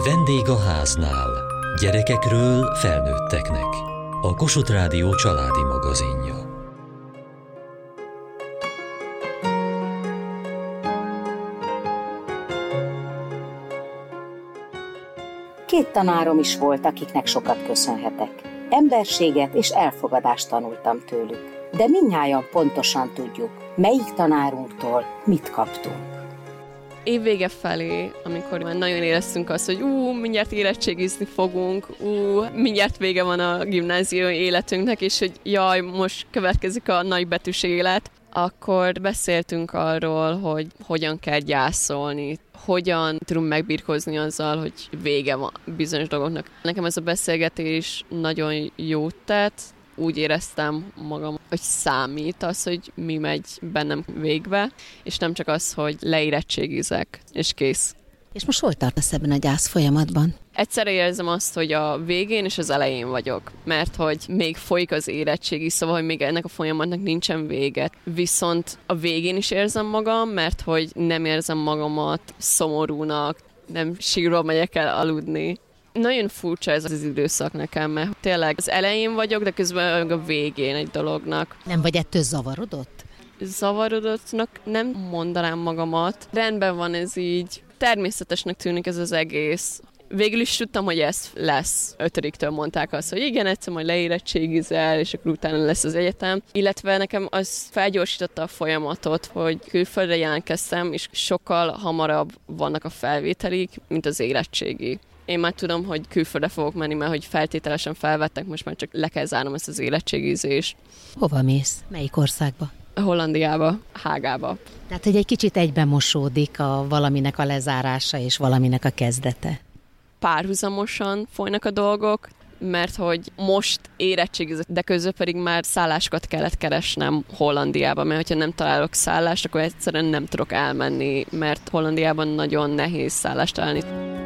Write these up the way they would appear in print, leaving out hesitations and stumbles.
Vendég a háznál. Gyerekekről felnőtteknek. A Kossuth Rádió családi magazinja. Két tanárom is volt, akiknek sokat köszönhetek. Emberséget és elfogadást tanultam tőlük. De mindnyájan pontosan tudjuk, melyik tanárunktól mit kaptunk. Évvége felé, amikor már nagyon éreztünk azt, hogy mindjárt érettségizni fogunk, mindjárt vége van a gimnázium életünknek, és hogy jaj, most következik a nagybetűs élet, akkor beszéltünk arról, hogy hogyan kell gyászolni, hogyan tudunk megbirkózni azzal, hogy vége van bizonyos dolgoknak. Nekem ez a beszélgetés nagyon jót tett, úgy éreztem magam, hogy számít az, hogy mi megy bennem végbe, és nem csak az, hogy leérettségizek, és kész. És most hol tartasz ebben a gyász folyamatban? Egyszerre érzem azt, hogy a végén és az elején vagyok, mert hogy még folyik az érettségi, szóval, hogy még ennek a folyamatnak nincsen vége. Viszont a végén is érzem magam, mert hogy nem érzem magamat szomorúnak, nem sírva megyek el aludni. Nagyon furcsa ez az időszak nekem, mert tényleg az elején vagyok, de közben a végén egy dolognak. Nem vagy ettől zavarodott? Zavarodottnak nem mondanám magamat. Rendben van ez így. Természetesnek tűnik ez az egész. Végül is tudtam, hogy ez lesz. 5-től mondták azt, hogy igen, egyszer majd leérettségizel, és akkor utána lesz az egyetem. Illetve nekem az felgyorsította a folyamatot, hogy külföldre jelentkeztem, és sokkal hamarabb vannak a felvételik, mint az érettségi. Én már tudom, hogy külföldre fogok menni, mert hogy feltételesen felvettek, most már csak le kell zárnom ezt az érettségizést. Hova mész? Melyik országba? Hollandiába, Hágába. Tehát, hogy egy kicsit egyben mosódik a valaminek a lezárása és valaminek a kezdete. Párhuzamosan folynak a dolgok, mert hogy most érettségizett, de közben pedig már szállásokat kellett keresnem Hollandiába, mert hogyha nem találok szállást, akkor egyszerűen nem tudok elmenni, mert Hollandiában nagyon nehéz szállást találni.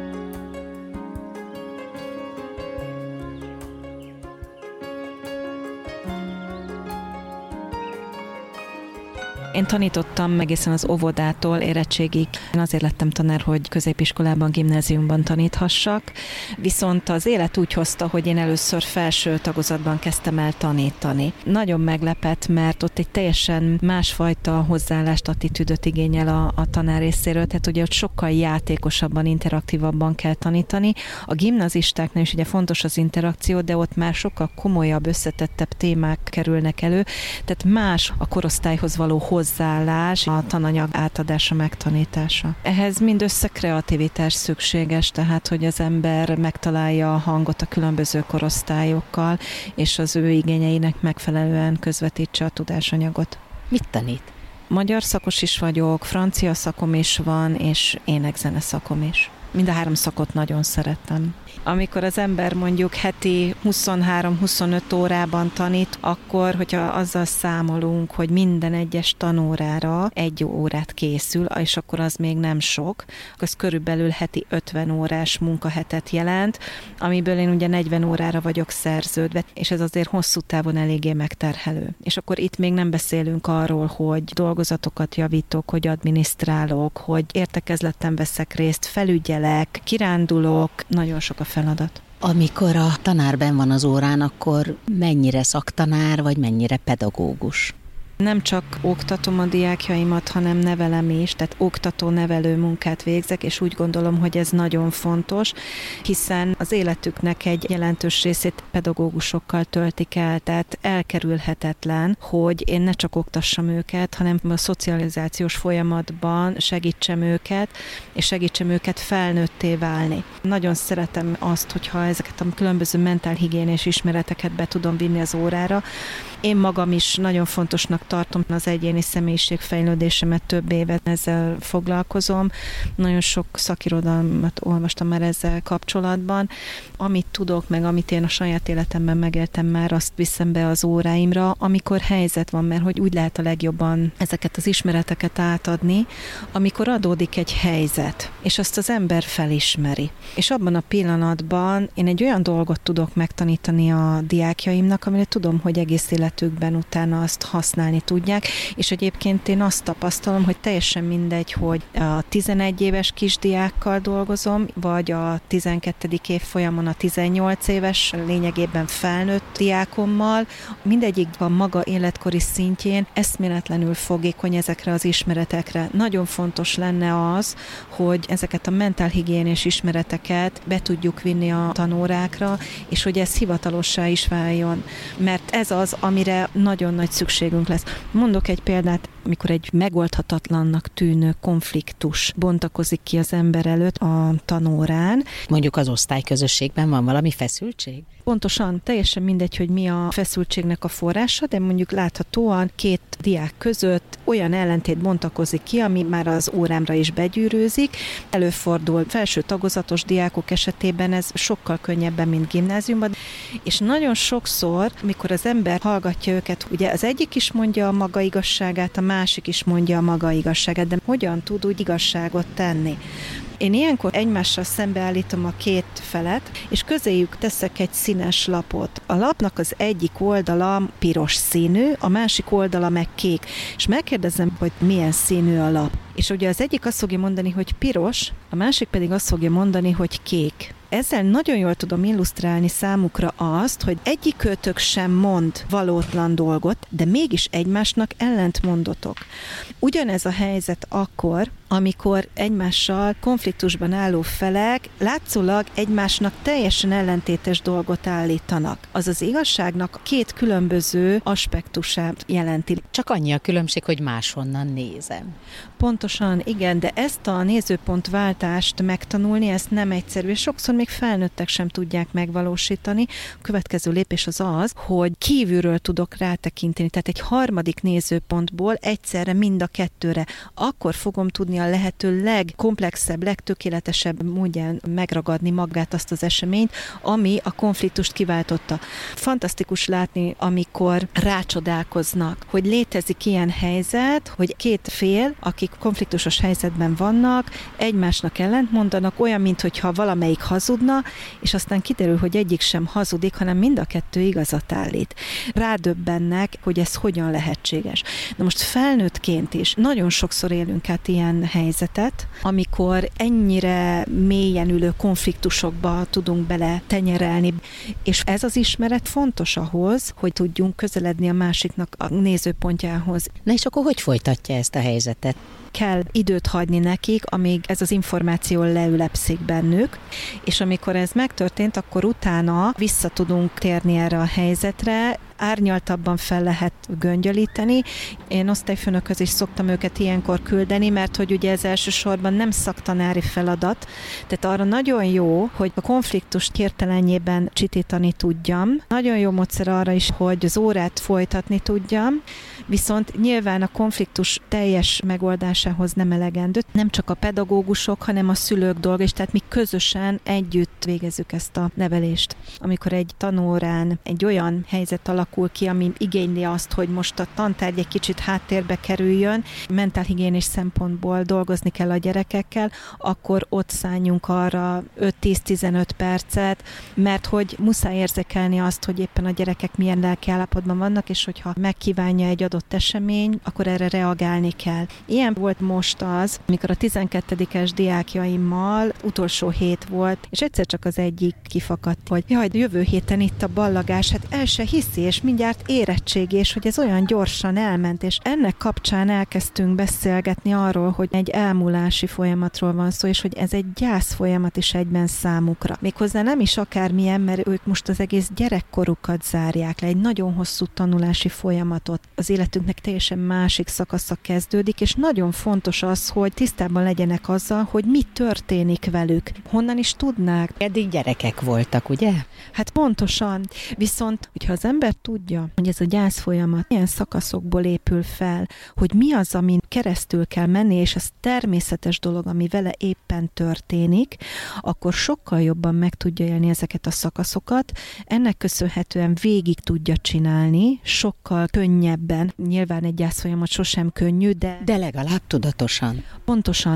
Én tanítottam egészen az óvodától érettségig. Én azért lettem tanár, hogy középiskolában, gimnáziumban taníthassak, viszont az élet úgy hozta, hogy én először felső tagozatban kezdtem el tanítani. Nagyon meglepett, mert ott egy teljesen másfajta hozzáállást, attitűdöt igényel a tanár részéről, tehát ugye ott sokkal játékosabban, interaktívabban kell tanítani. A gimnazistáknál is ugye fontos az interakció, de ott már sokkal komolyabb, összetettebb témák kerülnek elő, tehát más a korosztályhoz való hozzáállás, a tananyag átadása, megtanítása. Ehhez mindössze kreativitás szükséges, tehát hogy az ember megtalálja a hangot a különböző korosztályokkal, és az ő igényeinek megfelelően közvetítse a tudásanyagot. Mit tanít? Magyar szakos is vagyok, francia szakom is van, és énekzene szakom is. Mind a 3 szakot nagyon szeretem. Amikor az ember mondjuk heti 23-25 órában tanít, akkor, hogyha azzal számolunk, hogy minden egyes tanórára 1 órát készül, és akkor az még nem sok, az körülbelül heti 50 órás munkahetet jelent, amiből én ugye 40 órára vagyok szerződve, és ez azért hosszú távon eléggé megterhelő. És akkor itt még nem beszélünk arról, hogy dolgozatokat javítok, hogy adminisztrálok, hogy értekezleten veszek részt, felügyelek, kirándulok, nagyon sok a feladat. Amikor a tanár benn van az órán, akkor mennyire szaktanár, vagy mennyire pedagógus? Nem csak oktatom a diákjaimat, hanem nevelem is, tehát oktató-nevelő munkát végzek, és úgy gondolom, hogy ez nagyon fontos, hiszen az életüknek egy jelentős részét pedagógusokkal töltik el, tehát elkerülhetetlen, hogy én ne csak oktassam őket, hanem a szocializációs folyamatban segítsem őket, és segítsem őket felnőtté válni. Nagyon szeretem azt, hogyha ezeket a különböző mentálhigiénés ismereteket be tudom vinni az órára. Én magam is nagyon fontosnak tartom az egyéni személyiségfejlődésemet, több évet ezzel foglalkozom. Nagyon sok szakirodalmat olvastam már ezzel kapcsolatban. Amit tudok, meg amit én a saját életemben megéltem már, azt viszem be az óráimra, amikor helyzet van, mert hogy úgy lehet a legjobban ezeket az ismereteket átadni, amikor adódik egy helyzet, és azt az ember felismeri. És abban a pillanatban én egy olyan dolgot tudok megtanítani a diákjaimnak, amire tudom, hogy egész életükben utána azt használni használni tudják, és egyébként én azt tapasztalom, hogy teljesen mindegy, hogy a 11 éves kisdiákkal dolgozom, vagy a 12. évfolyamon a 18 éves, lényegében felnőtt diákommal, mindegyik a maga életkori szintjén eszméletlenül fogékony ezekre az ismeretekre. Nagyon fontos lenne az, hogy ezeket a mentálhigiénés ismereteket be tudjuk vinni a tanórákra, és hogy ez hivatalossá is váljon. Mert ez az, amire nagyon nagy szükségünk lesz. Mondok egy példát, amikor egy megoldhatatlannak tűnő konfliktus bontakozik ki az ember előtt a tanórán. Mondjuk az osztályközösségben van valami feszültség? Pontosan, teljesen mindegy, hogy mi a feszültségnek a forrása, de mondjuk láthatóan két diák között olyan ellentét bontakozik ki, ami már az órámra is begyűrűzik. Előfordul felső tagozatos diákok esetében ez sokkal könnyebben, mint gimnáziumban, és nagyon sokszor, amikor az ember hallgatja őket, ugye az egyik is mondja a maga igazságát, a másik is mondja a maga igazságát, de hogyan tud úgy igazságot tenni? Én ilyenkor egymással szembeállítom a két felet, és közéjük teszek egy színes lapot. A lapnak az egyik oldala piros színű, a másik oldala meg kék. És megkérdezem, hogy milyen színű a lap. És ugye az egyik azt fogja mondani, hogy piros, a másik pedig azt fogja mondani, hogy kék. Ezzel nagyon jól tudom illusztrálni számukra azt, hogy egyikőtök sem mond valótlan dolgot, de mégis egymásnak ellentmondotok. Ugyanez a helyzet akkor, amikor egymással konfliktusban álló felek látszólag egymásnak teljesen ellentétes dolgot állítanak. Az az igazságnak két különböző aspektusát jelenti. Csak annyi a különbség, hogy máshonnan nézem. Pontosan, igen, de ezt a nézőpontváltást megtanulni, ezt nem egyszerű, és sokszor még felnőttek sem tudják megvalósítani. A következő lépés az az, hogy kívülről tudok rátekinteni, tehát egy harmadik nézőpontból egyszerre mind a kettőre. Akkor fogom tudni a lehető legkomplexebb, legtökéletesebb módján megragadni magát azt az eseményt, ami a konfliktust kiváltotta. Fantasztikus látni, amikor rácsodálkoznak, hogy létezik ilyen helyzet, hogy két fél, akik konfliktusos helyzetben vannak, egymásnak ellentmondanak, olyan, mintha valamelyik hazudna, és aztán kiderül, hogy egyik sem hazudik, hanem mind a kettő igazat állít. Rádöbbennek, hogy ez hogyan lehetséges. Na most felnőttként is nagyon sokszor élünk át ilyen helyzetet, amikor ennyire mélyen ülő konfliktusokba tudunk bele tenyerelni, és ez az ismeret fontos ahhoz, hogy tudjunk közeledni a másiknak a nézőpontjához. Na és akkor hogy folytatja ezt a helyzetet? Kell időt hagyni nekik, amíg ez az információ leülepszik bennük, és amikor ez megtörtént, akkor utána vissza tudunk térni erre a helyzetre, árnyaltabban fel lehet göngyölíteni. Én osztályfőnökhöz is szoktam őket ilyenkor küldeni, mert hogy ugye ez elsősorban nem szaktanári feladat, tehát arra nagyon jó, hogy a konfliktust hirtelenjében csitítani tudjam. Nagyon jó módszer arra is, hogy az órát folytatni tudjam, viszont nyilván a konfliktus teljes megoldásához nem elegendő. Nem csak a pedagógusok, hanem a szülők dolga is, tehát mi közösen együtt végezzük ezt a nevelést. Amikor egy tanórán egy olyan helyzet alakul ki, ami igényli azt, hogy most a tantárgy egy kicsit háttérbe kerüljön, mentálhigiénés szempontból dolgozni kell a gyerekekkel, akkor ott szálljunk arra 5-10-15 percet, mert hogy muszáj érzékelni azt, hogy éppen a gyerekek milyen lelkiállapotban vannak, és hogyha megkívánja egy adott esemény, akkor erre reagálni kell. Ilyen volt most az, amikor a 12-es diákjaimmal utolsó hét volt, és egyszer csak az egyik kifakadt, hogy jaj, jövő héten itt a ballagás, hát el se hiszi, és mindjárt érettségi, és hogy ez olyan gyorsan elment, és ennek kapcsán elkezdtünk beszélgetni arról, hogy egy elmúlási folyamatról van szó, és hogy ez egy gyász folyamat is egyben számukra. Méghozzá nem is akármilyen, mert ők most az egész gyerekkorukat zárják le, egy nagyon hosszú tanulási folyamatot. Az életünknek teljesen másik szakasza kezdődik, és nagyon fontos az, hogy tisztában legyenek azzal, hogy mi történik velük. Honnan is tudnák? Eddig gyerekek voltak, ugye? Hát pontosan. Viszont, hogyha az ember tudja, hogy ez a gyász folyamat milyen szakaszokból épül fel, hogy mi az, amin keresztül kell menni, és az természetes dolog, ami vele éppen történik, akkor sokkal jobban meg tudja élni ezeket a szakaszokat. Ennek köszönhetően végig tudja csinálni, sokkal könnyebben. Nyilván egy gyász folyamat sosem könnyű, de legalább tudatosan. Pontosan.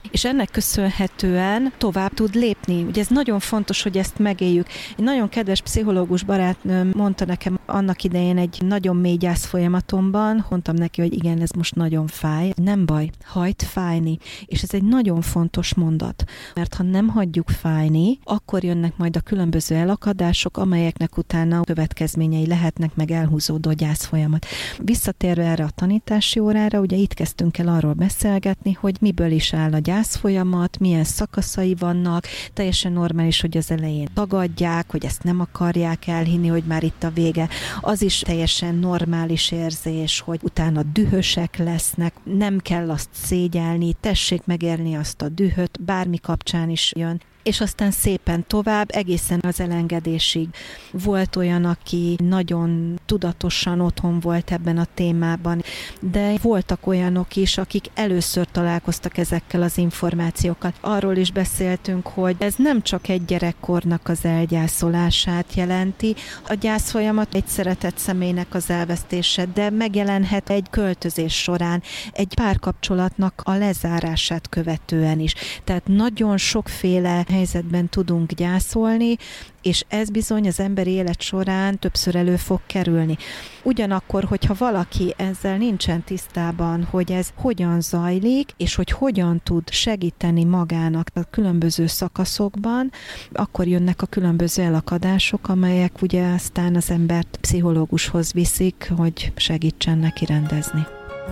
és ennek köszönhetően tovább tud lépni. Ugye ez nagyon fontos, hogy ezt megéljük. Egy nagyon kedves pszichológus barátnőm mondta nekem annak idején egy nagyon mély gyász folyamatomban, mondtam neki, hogy igen, ez most nagyon fáj. Nem baj, hagyd fájni. És ez egy nagyon fontos mondat, mert ha nem hagyjuk fájni, akkor jönnek majd a különböző elakadások, amelyeknek utána következményei lehetnek, meg elhúzódó gyászfolyamat. Visszatérve erre a tanítási órára, ugye itt kezdtünk el arról beszélgetni, hogy miből is áll a gyászfolyamat, milyen szakaszai vannak, teljesen normális, hogy az elején tagadják, hogy ezt nem akarják elhinni, hogy már itt a vége. Az is teljesen normális érzés, hogy utána dühösek lesznek, nem kell azt szégyelni, tessék megérni azt a dühöt, bármi kapcsán is jön. És aztán szépen tovább, egészen az elengedésig. Volt olyan, aki nagyon tudatosan otthon volt ebben a témában, de voltak olyanok is, akik először találkoztak ezekkel az információkkal. Arról is beszéltünk, hogy ez nem csak egy gyerekkornak az elgyászolását jelenti. A gyászfolyamat egy szeretett személynek az elvesztése, de megjelenhet egy költözés során, egy párkapcsolatnak a lezárását követően is. Tehát nagyon sokféle helyzetben tudunk gyászolni, és ez bizony az emberi élet során többször elő fog kerülni. Ugyanakkor, hogyha valaki ezzel nincsen tisztában, hogy ez hogyan zajlik, és hogy hogyan tud segíteni magának a különböző szakaszokban, akkor jönnek a különböző elakadások, amelyek ugye aztán az embert pszichológushoz viszik, hogy segítsen neki rendezni.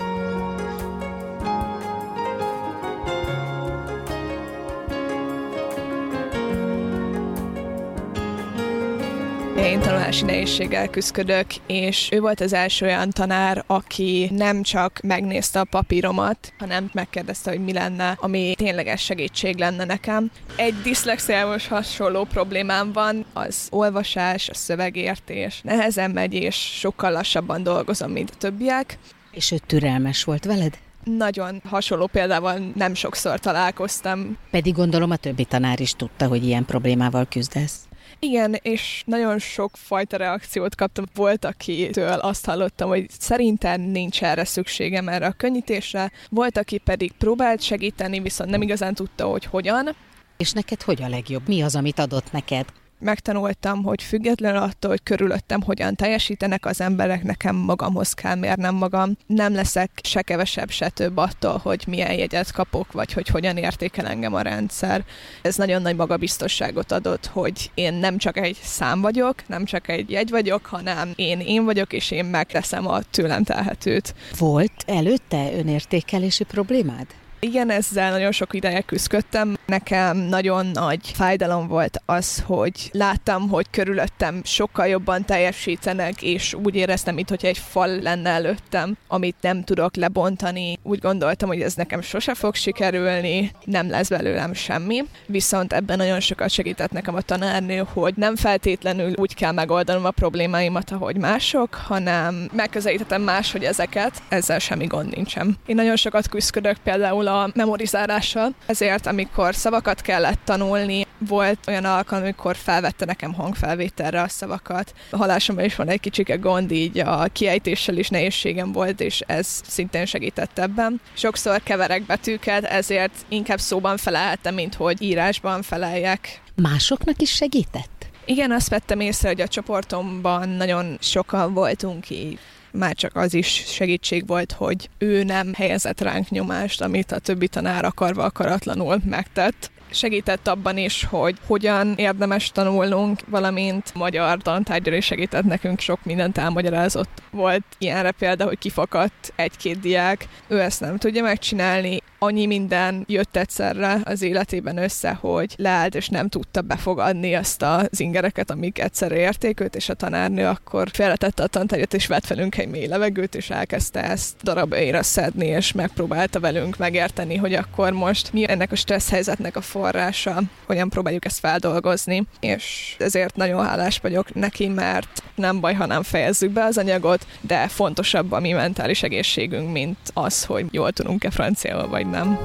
Én tanulási nehézséggel küzdök, és ő volt az első olyan tanár, aki nem csak megnézte a papíromat, hanem megkérdezte, hogy mi lenne, ami tényleges segítség lenne nekem. Egy diszlexiához hasonló problémám van, az olvasás, a szövegértés. Nehezen megy, és sokkal lassabban dolgozom, mint a többiek. És ő türelmes volt veled? Nagyon hasonló példával nem sokszor találkoztam. Pedig gondolom a többi tanár is tudta, hogy ilyen problémával küzdesz. Igen, és nagyon sok fajta reakciót kaptam. Volt, akitől azt hallottam, hogy szerintem nincs erre szükségem, erre a könnyítésre. Volt, aki pedig próbált segíteni, viszont nem igazán tudta, hogy hogyan. És neked hogy a legjobb? Mi az, amit adott neked? Megtanultam, hogy függetlenül attól, hogy körülöttem hogyan teljesítenek az emberek, nekem magamhoz kell mérnem magam. Nem leszek se kevesebb, se több attól, hogy milyen jegyet kapok, vagy hogy hogyan értékel engem a rendszer. Ez nagyon nagy magabiztosságot adott, hogy én nem csak egy szám vagyok, nem csak egy jegy vagyok, hanem én vagyok, és én megteszem a tőlem telhetőt. Volt előtte önértékelési problémád? Igen, ezzel nagyon sok ideje küzdöttem. Nekem nagyon nagy fájdalom volt az, hogy láttam, hogy körülöttem sokkal jobban teljesítenek, és úgy éreztem, mintha egy fal lenne előttem, amit nem tudok lebontani. Úgy gondoltam, hogy ez nekem sose fog sikerülni, nem lesz belőlem semmi. Viszont ebben nagyon sokat segített nekem a tanárnő, hogy nem feltétlenül úgy kell megoldanom a problémáimat, ahogy mások, hanem megközelítettem máshogy ezeket, ezzel semmi gond nincsen. Én nagyon sokat küzdök például a memorizálással, ezért amikor szavakat kellett tanulni, volt olyan alkalom, amikor felvette nekem hangfelvételre a szavakat. A hallásomban is van egy kicsike gond, így a kiejtéssel is nehézségem volt, és ez szintén segített ebben. Sokszor keverek betűket, ezért inkább szóban feleltem, mint hogy írásban feleljek. Másoknak is segített? Igen, azt vettem észre, hogy a csoportomban nagyon sokan voltunk így. Már csak az is segítség volt, hogy ő nem helyezett ránk nyomást, amit a többi tanár akarva akaratlanul megtett. Segített abban is, hogy hogyan érdemes tanulnunk, valamint magyar tantárgyal is segített nekünk, sok mindent elmagyarázott. Volt ilyenre példa, hogy kifakadt egy-két diák, ő ezt nem tudja megcsinálni. Annyi minden jött egyszerre az életében össze, hogy leállt és nem tudta befogadni azt az ingereket, amik egyszerre érték őt, és a tanárnő akkor félretette a tantárgyat, és vett velünk egy mély levegőt, és elkezdte ezt darabjaira szedni, és megpróbálta velünk megérteni, hogy akkor most mi ennek a stressz helyzetnek a forrása, hogyan próbáljuk ezt feldolgozni, és ezért nagyon hálás vagyok neki, mert nem baj, ha nem fejezzük be az anyagot, de fontosabb a mi mentális egészségünk, mint az, hogy jól tudunk-e franciául, vagy nem.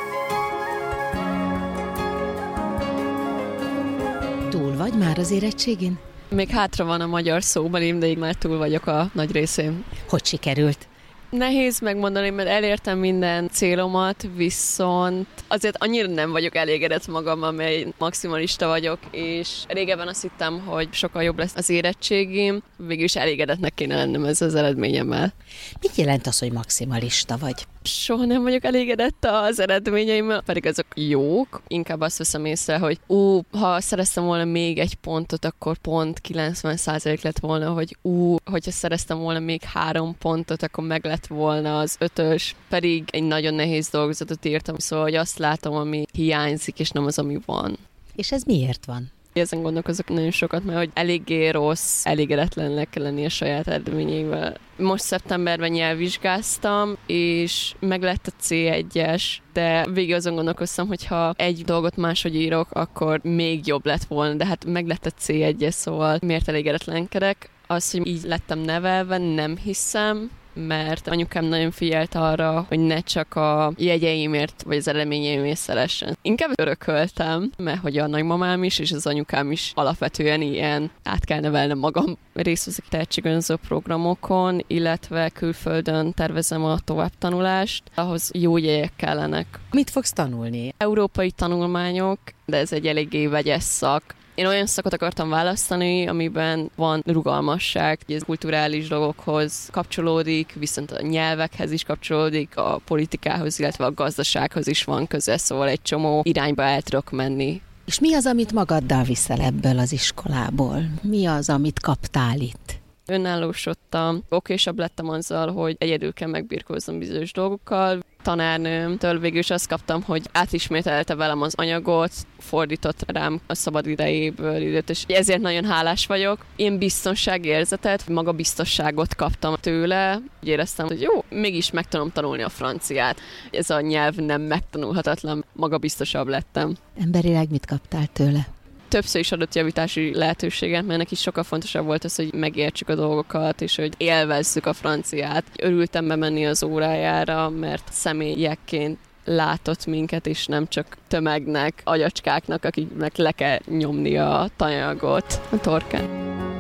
Túl vagy már az érettségén? Még hátra van a magyar szóbalim, de így már túl vagyok a nagy részén. Hogy sikerült? Nehéz megmondani, mert elértem minden célomat, viszont azért annyira nem vagyok elégedett magammal, mert maximalista vagyok, és régebben azt hittem, hogy sokkal jobb lesz az érettségim, végülis elégedetnek kéne lennem ezzel az eredményemmel. Mit jelent az, hogy maximalista vagy? Soha nem vagyok elégedett az eredményeimmel, pedig azok jók. Inkább azt veszem észre, hogy ha szereztem volna még egy pontot, akkor pont 90% lett volna, hogy hogyha szereztem volna még 3 pontot, akkor meg lett volna az 5-ös, pedig egy nagyon nehéz dolgozatot írtam, szóval hogy azt látom, ami hiányzik, és nem az, ami van. És ez miért van? Ezen gondolkozok nagyon sokat, mert hogy eléggé rossz, elégedetlennek kell lenni a saját eredményeivel. Most szeptemberben nyelvvizsgáztam, és meg lett a C1-es, de végig azon gondolkoztam, hogy ha egy dolgot máshogy írok, akkor még jobb lett volna, de hát meg lett a C1-es, szóval miért elégedetlenkedek? Az, hogy így lettem nevelve, nem hiszem, mert anyukám nagyon figyelt arra, hogy ne csak a jegyeimért vagy az eredményeimért szeressen. Inkább örököltem, mert hogy a nagymamám is és az anyukám is alapvetően ilyen át kell nevelnem magam. Részt veszek tehetségönző programokon, illetve külföldön tervezem a továbbtanulást, ahhoz jó jegyek kellenek. Mit fogsz tanulni? Európai tanulmányok, de ez egy eléggé vegyes szak. Én olyan szakot akartam választani, amiben van rugalmasság, hogy ez kulturális dolgokhoz kapcsolódik, viszont a nyelvekhez is kapcsolódik, a politikához, illetve a gazdasághoz is van köze, szóval egy csomó irányba el tudok menni. És mi az, amit magaddal viszel ebből az iskolából? Mi az, amit kaptál itt? Önállósodtam, okésabb lettem azzal, hogy egyedül kell megbirkóznom bizonyos dolgokkal. Tanárnőmtől végül is azt kaptam, hogy átismételte velem az anyagot, fordított rám a szabad idejéből időt, és ezért nagyon hálás vagyok. Én biztonságérzetet, magabiztosságot kaptam tőle. Úgy éreztem, hogy jó, mégis meg tudom tanulni a franciát. Ez a nyelv nem megtanulhatatlan, magabiztosabb lettem. Emberileg mit kaptál tőle? Többször is adott javítási lehetőséget, mert neki sokkal fontosabb volt az, hogy megértsük a dolgokat, és hogy élvezzük a franciát. Örültem bemenni az órájára, mert személyekként látott minket, és nem csak tömegnek, agyacskáknak, akiknek le kell nyomni a tananyagot a torkán.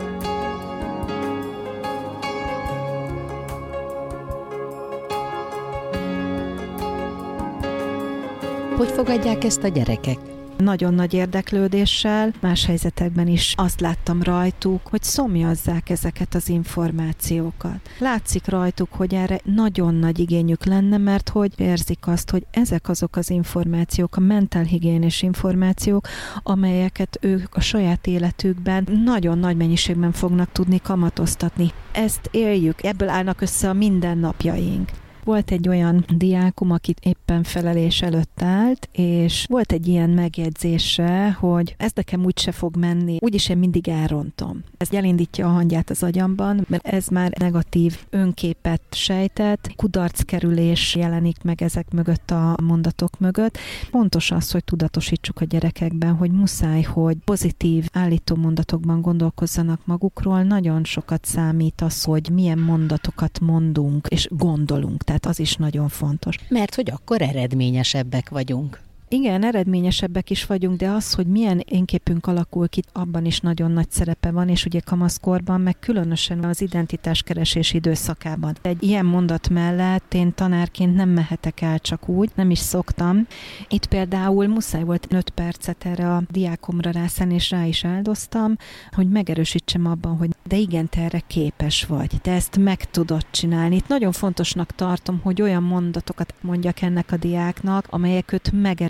Hogy fogadják ezt a gyerekek? Nagyon nagy érdeklődéssel, más helyzetekben is azt láttam rajtuk, hogy szomjazzák ezeket az információkat. Látszik rajtuk, hogy erre nagyon nagy igényük lenne, mert hogy érzik azt, hogy ezek azok az információk, a mentálhigiénés információk, amelyeket ők a saját életükben nagyon nagy mennyiségben fognak tudni kamatoztatni. Ezt éljük, ebből állnak össze a mindennapjaink. Volt egy olyan diákum, aki éppen felelés előtt állt, és volt egy ilyen megjegyzése, hogy ez nekem úgyse fog menni, úgyis én mindig elrontom. Ez elindítja a hangyát az agyamban, mert ez már negatív önképet sejtett, kudarckerülés jelenik meg ezek mögött a mondatok mögött. Fontos az, hogy tudatosítsuk a gyerekekben, hogy muszáj, hogy pozitív állító mondatokban gondolkozzanak magukról. Nagyon sokat számít az, hogy milyen mondatokat mondunk és gondolunk. Tehát az is nagyon fontos. Mert hogy akkor eredményesebbek vagyunk. Igen, eredményesebbek is vagyunk, de az, hogy milyen énképünk alakul ki, abban is nagyon nagy szerepe van, és ugye kamaszkorban, meg különösen az identitáskeresés időszakában. Egy ilyen mondat mellett én tanárként nem mehetek el csak úgy, nem is szoktam. Itt például muszáj volt 5 percet erre a diákomra rászenni, és rá is áldoztam, hogy megerősítsem abban, hogy de igen, te erre képes vagy, te ezt meg tudod csinálni. Itt nagyon fontosnak tartom, hogy olyan mondatokat mondjak ennek a diáknak, amelyek őt megerősítik.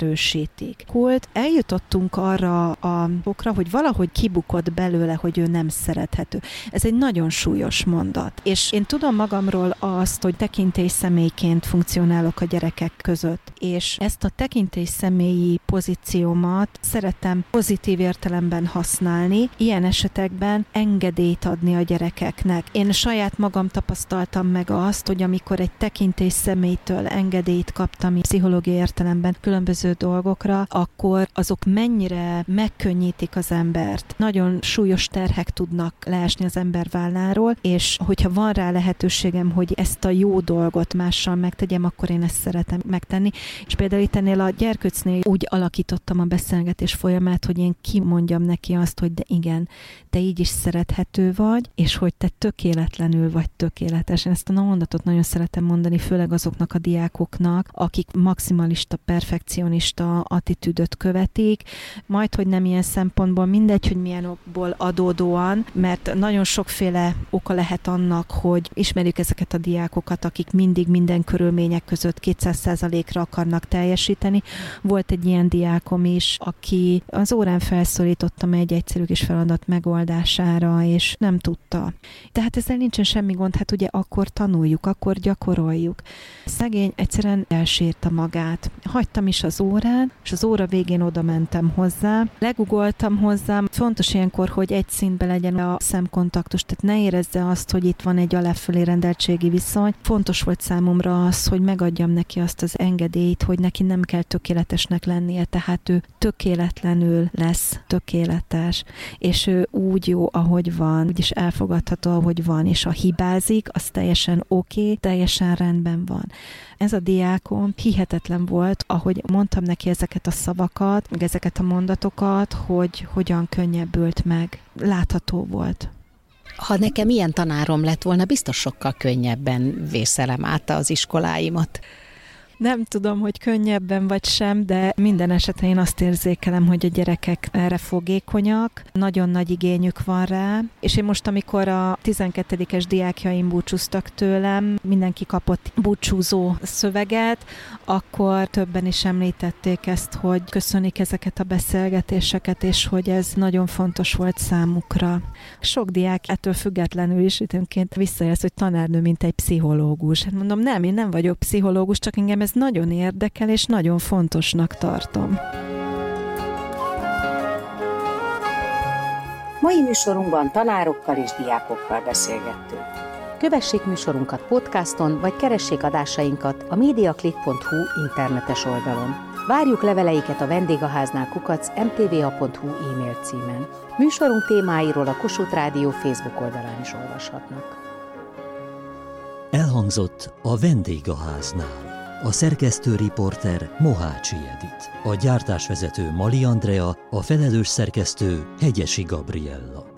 Eljutottunk arra a fokra, hogy valahogy kibukott belőle, hogy ő nem szerethető. Ez egy nagyon súlyos mondat. És én tudom magamról azt, hogy tekintélyszemélyként funkcionálok a gyerekek között. És ezt a tekintélyszemély pozíciómat szeretem pozitív értelemben használni. Ilyen esetekben engedélyt adni a gyerekeknek. Én saját magam tapasztaltam meg azt, hogy amikor egy tekintélyszemélytől engedélyt kaptam pszichológiai értelemben különböző dolgokra, akkor azok mennyire megkönnyítik az embert. Nagyon súlyos terhek tudnak leesni az ember válláról, és hogyha van rá lehetőségem, hogy ezt a jó dolgot mással megtegyem, akkor én ezt szeretem megtenni. És például itt ennél a gyerkőcnél úgy alakítottam a beszélgetés folyamát, hogy én kimondjam neki azt, hogy de igen, te így is szerethető vagy, és hogy te tökéletlenül vagy tökéletes. Én ezt a mondatot nagyon szeretem mondani, főleg azoknak a diákoknak, akik maximalista, perfekcionista attitűdöt követik, majd, hogy nem ilyen szempontból, mindegy, hogy milyen okból adódóan, mert nagyon sokféle oka lehet annak, hogy ismerjük ezeket a diákokat, akik mindig minden körülmények között 200%-ra akarnak teljesíteni. Volt egy ilyen diákom is, aki az órán felszólítottam egy egyszerű kis feladat megoldására, és nem tudta. Tehát ezzel nincsen semmi gond, hát ugye akkor tanuljuk, akkor gyakoroljuk. Szegény egyszerűen elsírta magát. Hagytam is az órán, és az óra végén oda mentem hozzá. Legugoltam hozzá. Fontos ilyenkor, hogy egy szintbe legyen a szemkontaktus, tehát ne érezze azt, hogy itt van egy alá-fölé rendeltségi viszony. Fontos volt számomra az, hogy megadjam neki azt az engedélyt, hogy neki nem kell tökéletesnek lennie, tehát ő tökéletlenül lesz tökéletes, és ő úgy jó, ahogy van, úgyis elfogadható, ahogy van, és ha hibázik, az teljesen oké, teljesen rendben van. Ez a diákom hihetetlen volt, ahogy mondtam neki ezeket a szavakat, meg ezeket a mondatokat, hogy hogyan könnyebbült meg. Látható volt. Ha nekem ilyen tanárom lett volna, biztos sokkal könnyebben vészelem át az iskoláimat. Nem tudom, hogy könnyebben vagy sem, de minden esetben én azt érzékelem, hogy a gyerekek erre fogékonyak, nagyon nagy igényük van rá, és én most, amikor a 12-es diákjaim búcsúztak tőlem, mindenki kapott búcsúzó szöveget, akkor többen is említették ezt, hogy köszönik ezeket a beszélgetéseket, és hogy ez nagyon fontos volt számukra. Sok diák ettől függetlenül is időnként visszajelz, hogy tanárnő, mint egy pszichológus. Hát mondom, nem, én nem vagyok pszichológus, csak engem ez nagyon érdekel, és nagyon fontosnak tartom. Mai műsorunkban tanárokkal és diákokkal beszélgettünk. Kövessék műsorunkat podcaston, vagy keressék adásainkat a mediaclick.hu internetes oldalon. Várjuk leveleiket a vendégháznál @mtva.hu e-mail címen. Műsorunk témáiról a Kossuth Rádió Facebook oldalán is olvashatnak. Elhangzott a vendégháznál. A szerkesztő-riporter Mohácsi Edit, a gyártásvezető Mali Andrea, a felelős szerkesztő Hegyesi Gabriella.